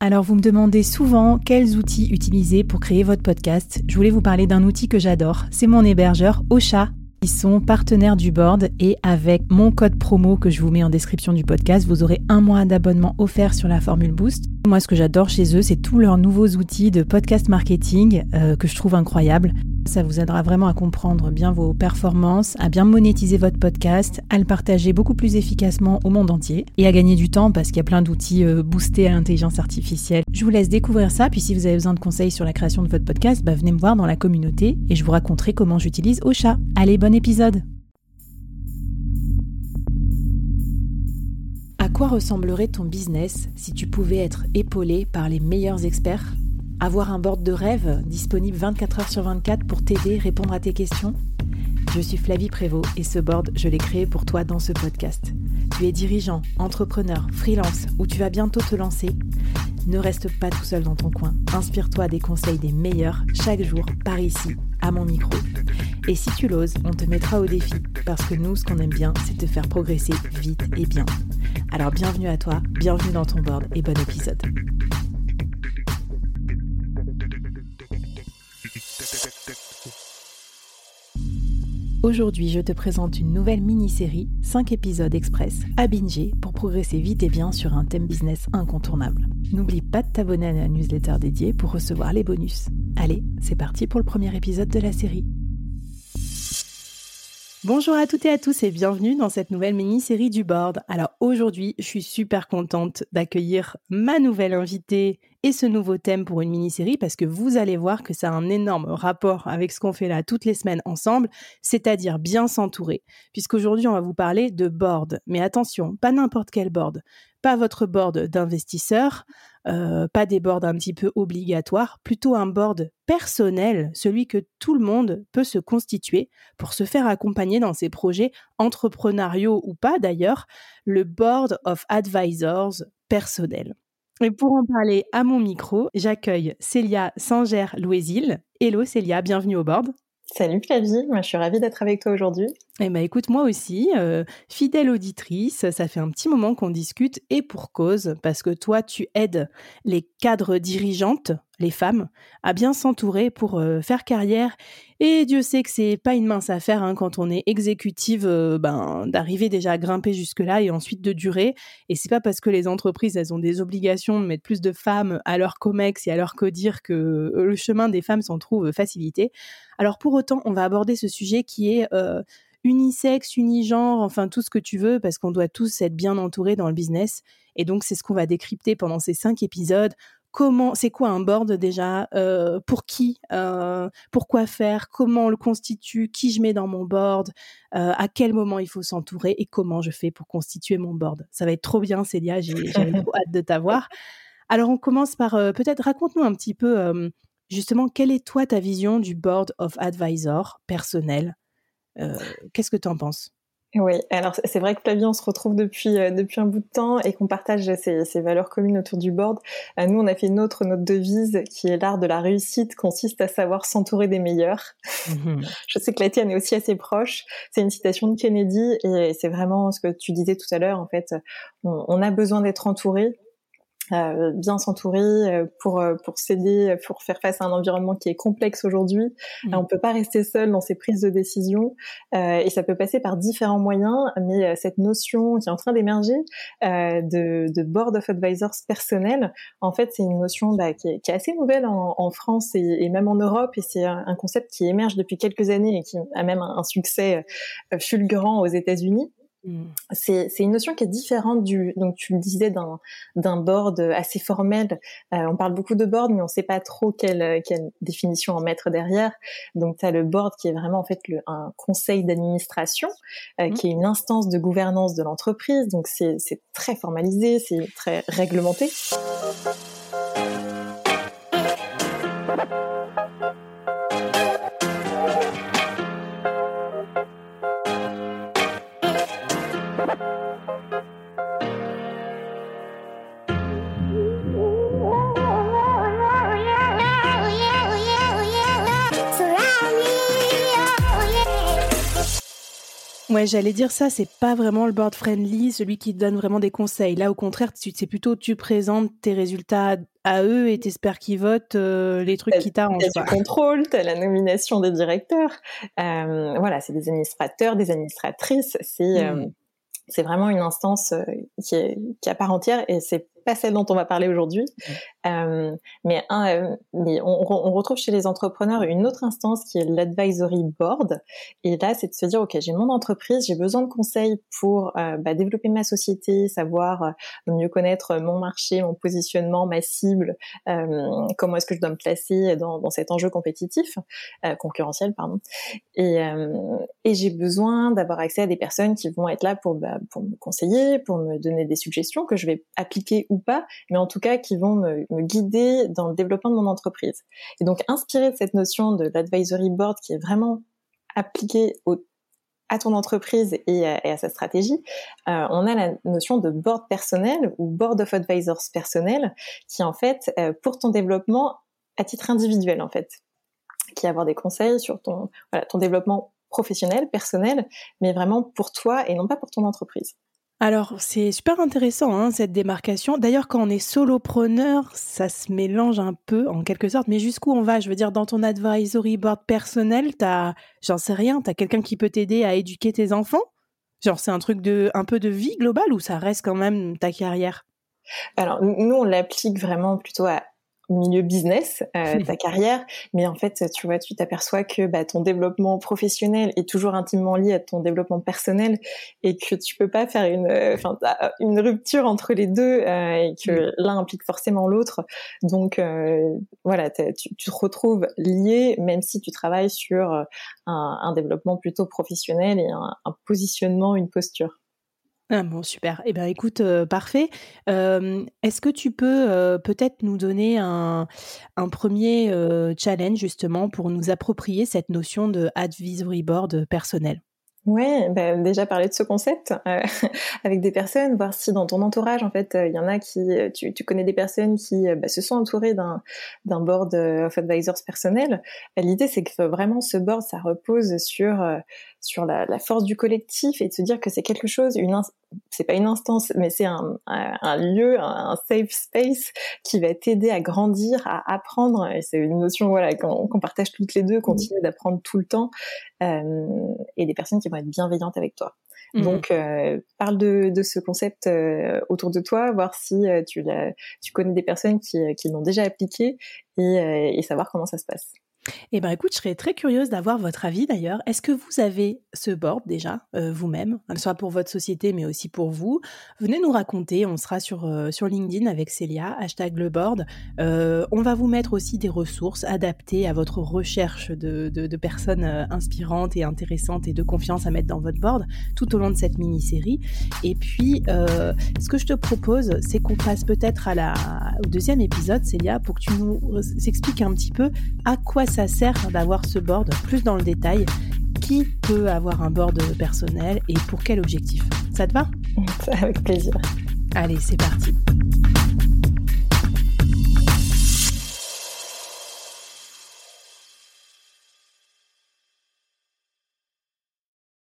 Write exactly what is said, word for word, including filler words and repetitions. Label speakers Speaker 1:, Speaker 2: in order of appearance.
Speaker 1: Alors vous me demandez souvent quels outils utiliser pour créer votre podcast. Je voulais vous parler d'un outil que j'adore, c'est mon hébergeur Ocha. Ils sont partenaires du board et avec mon code promo que je vous mets en description du podcast, vous aurez un mois d'abonnement offert sur la formule Boost. Moi, ce que j'adore chez eux, c'est tous leurs nouveaux outils de podcast marketing euh, que je trouve incroyables. Ça vous aidera vraiment à comprendre bien vos performances, à bien monétiser votre podcast, à le partager beaucoup plus efficacement au monde entier et à gagner du temps parce qu'il y a plein d'outils euh, boostés à l'intelligence artificielle. Je vous laisse découvrir ça, puis si vous avez besoin de conseils sur la création de votre podcast, bah venez me voir dans la communauté et je vous raconterai comment j'utilise Ocha. Allez, bon épisode! À quoi ressemblerait ton business si tu pouvais être épaulé par les meilleurs experts ? Avoir un board de rêve disponible vingt-quatre heures sur vingt-quatre pour t'aider, répondre à tes questions ? Je suis Flavie Prévost et ce board, je l'ai créé pour toi dans ce podcast. Tu es dirigeant, entrepreneur, freelance ou tu vas bientôt te lancer ? Ne reste pas tout seul dans ton coin. Inspire-toi des conseils des meilleurs chaque jour par ici, à mon micro. Et si tu l'oses, on te mettra au défi parce que nous, ce qu'on aime bien, c'est te faire progresser vite et bien. Alors bienvenue à toi, bienvenue dans ton board et bon épisode. Aujourd'hui, je te présente une nouvelle mini-série, cinq épisodes express à binger pour progresser vite et bien sur un thème business incontournable. N'oublie pas de t'abonner à la newsletter dédiée pour recevoir les bonus. Allez, c'est parti pour le premier épisode de la série. Bonjour à toutes et à tous et bienvenue dans cette nouvelle mini-série du board. Alors aujourd'hui, je suis super contente d'accueillir ma nouvelle invitée et ce nouveau thème pour une mini-série parce que vous allez voir que ça a un énorme rapport avec ce qu'on fait là toutes les semaines ensemble, c'est-à-dire bien s'entourer. Puisqu'aujourd'hui, on va vous parler de board. Mais attention, pas n'importe quel board. Pas votre board d'investisseurs, euh, pas des boards un petit peu obligatoires, plutôt un board personnel, celui que tout le monde peut se constituer pour se faire accompagner dans ses projets entrepreneuriaux ou pas d'ailleurs, le Board of Advisors personnel. Et pour en parler à mon micro, j'accueille Célia Sanger-Louésil. Hello Célia, bienvenue au board.
Speaker 2: Salut Flavie, moi je suis ravie d'être avec toi aujourd'hui.
Speaker 1: Eh ben écoute, moi aussi, euh, fidèle auditrice, ça fait un petit moment qu'on discute et pour cause, parce que toi tu aides les cadres dirigeantes, les femmes, à bien s'entourer pour euh, faire carrière. Et Dieu sait que c'est pas une mince affaire hein, quand on est exécutive, euh, ben, d'arriver déjà à grimper jusque-là et ensuite de durer. Et c'est pas parce que les entreprises elles ont des obligations de mettre plus de femmes à leur comex et à leur codir que le chemin des femmes s'en trouve facilité. Alors pour autant, on va aborder ce sujet qui est euh, unisexe, unigenre, enfin tout ce que tu veux, parce qu'on doit tous être bien entourés dans le business. Et donc c'est ce qu'on va décrypter pendant ces cinq épisodes. Comment, c'est quoi un board déjà, euh, pour qui, euh, pourquoi faire, comment on le constitue, qui je mets dans mon board, euh, à quel moment il faut s'entourer et comment je fais pour constituer mon board. Ça va être trop bien Célia, j'ai, j'avais trop hâte de t'avoir. Alors on commence par, euh, peut-être raconte-nous un petit peu euh, justement quelle est toi ta vision du Board of Advisors personnel. Euh, qu'est-ce que tu en penses ?
Speaker 2: Oui, alors c'est vrai que Flavie, on se retrouve depuis euh, depuis un bout de temps et qu'on partage ces, ces valeurs communes autour du board. Euh, nous, on a fait une autre, notre devise qui est l'art de la réussite, consiste à savoir s'entourer des meilleurs. Mm-hmm. Je sais que la tienne est aussi assez proche. C'est une citation de Kennedy et c'est vraiment ce que tu disais tout à l'heure. En fait, on, on a besoin d'être entouré. Euh, bien s'entourer euh, pour pour s'aider, pour faire face à un environnement qui est complexe aujourd'hui. Mmh. Euh, on peut pas rester seul dans ses prises de décision euh, et ça peut passer par différents moyens. Mais euh, cette notion qui est en train d'émerger euh, de, de board of advisors personnel, en fait, c'est une notion bah, qui, est, qui est assez nouvelle en, en France et, et même en Europe. Et c'est un, un concept qui émerge depuis quelques années et qui a même un, un succès euh, fulgurant aux États-Unis. C'est, c'est une notion qui est différente du, donc tu le disais, d'un, d'un board assez formel. Euh, on parle beaucoup de board, mais on ne sait pas trop quelle, quelle définition en mettre derrière. Donc tu as le board qui est vraiment en fait le, un conseil d'administration, euh, mmh. qui est une instance de gouvernance de l'entreprise. Donc c'est, c'est très formalisé, c'est très réglementé.
Speaker 1: Ouais, j'allais dire ça, c'est pas vraiment le board friendly, celui qui te donne vraiment des conseils. Là, au contraire, tu- c'est plutôt tu présentes tes résultats à eux et t'espères qu'ils votent euh, les trucs
Speaker 2: T'as,
Speaker 1: qui
Speaker 2: t'as
Speaker 1: t'arrangent,
Speaker 2: du
Speaker 1: quoi.
Speaker 2: contrôle, t'as la nomination des directeurs. Euh, voilà, c'est des administrateurs, des administratrices. C'est euh,
Speaker 1: Hmm.
Speaker 2: c'est vraiment une instance euh, qui est qui est à part entière et c'est pas celle dont on va parler aujourd'hui. Euh, mais un, euh, mais on, on retrouve chez les entrepreneurs une autre instance qui est l'advisory board. Et là, c'est de se dire, ok, j'ai mon entreprise, j'ai besoin de conseils pour euh, bah, développer ma société, savoir euh, mieux connaître mon marché, mon positionnement, ma cible, euh, comment est-ce que je dois me placer dans, dans cet enjeu compétitif, euh, concurrentiel, pardon. Et, euh, et j'ai besoin d'avoir accès à des personnes qui vont être là pour, bah, pour me conseiller, pour me donner des suggestions que je vais appliquer ou pas, mais en tout cas qui vont me, me guider dans le développement de mon entreprise. Et donc, inspiré de cette notion de l'advisory board qui est vraiment appliquée au, à ton entreprise et à, et à sa stratégie, euh, on a la notion de board personnel ou board of advisors personnel qui, en fait, euh, pour ton développement à titre individuel, en fait, qui avoir des conseils sur ton, voilà, ton développement professionnel, personnel, mais vraiment pour toi et non pas pour ton entreprise.
Speaker 1: Alors, c'est super intéressant, hein, cette démarcation. D'ailleurs, quand on est solopreneur, ça se mélange un peu, en quelque sorte. Mais jusqu'où on va? Je veux dire, dans ton advisory board personnel, t'as, j'en sais rien, t'as quelqu'un qui peut t'aider à éduquer tes enfants? Genre, c'est un truc de, un peu de vie globale ou ça reste quand même ta carrière?
Speaker 2: Alors, nous, on l'applique vraiment plutôt à milieu business, euh, ta carrière, mais en fait, tu vois, tu t'aperçois que bah, ton développement professionnel est toujours intimement lié à ton développement personnel et que tu peux pas faire une, enfin, euh, une rupture entre les deux euh, et que
Speaker 1: Mm.
Speaker 2: l'un implique forcément l'autre. Donc, euh, voilà, tu, tu te retrouves lié, même si tu travailles sur un, un développement plutôt professionnel et un, un positionnement, une posture.
Speaker 1: Ah bon, super. Eh bien, écoute, euh, parfait. Euh, est-ce que tu peux euh, peut-être nous donner un, un premier euh, challenge justement pour nous approprier cette notion de advisory board personnel?
Speaker 2: Ouais, bah, déjà parler de ce concept euh, avec des personnes, voir si dans ton entourage, en fait, il euh, y en a qui, tu, tu connais des personnes qui euh, bah, se sont entourées d'un, d'un board of advisors personnel. L'idée, c'est que vraiment ce board, ça repose sur euh, sur la, la force du collectif et de se dire que c'est quelque chose, une ins- c'est pas une instance, mais c'est un, un, un lieu, un, un safe space qui va t'aider à grandir, à apprendre. Et c'est une notion, voilà, qu'on, qu'on partage toutes les deux, continuer d'apprendre tout le temps. Euh, et des personnes qui vont être bienveillantes avec toi.
Speaker 1: Mhm.
Speaker 2: Donc, euh, parle de, de ce concept euh, autour de toi, voir si euh, tu, l'as, tu connais des personnes qui, qui l'ont déjà appliqué et, euh, et savoir comment ça se passe.
Speaker 1: Eh bien, écoute, je serais très curieuse d'avoir votre avis d'ailleurs. Est-ce que vous avez ce board déjà, euh, vous-même, soit pour votre société, mais aussi pour vous? Venez nous raconter, on sera sur, euh, sur LinkedIn avec Célia, hashtag le board. Euh, on va vous mettre aussi des ressources adaptées à votre recherche de, de, de personnes euh, inspirantes et intéressantes et de confiance à mettre dans votre board tout au long de cette mini-série. Et puis, euh, ce que je te propose, c'est qu'on passe peut-être à la, au deuxième épisode, Célia, pour que tu nous expliques un petit peu à quoi ça sert d'avoir ce board plus dans le détail. Qui peut avoir un board personnel et pour quel objectif? Ça te va?
Speaker 2: Avec plaisir.
Speaker 1: Allez, c'est parti.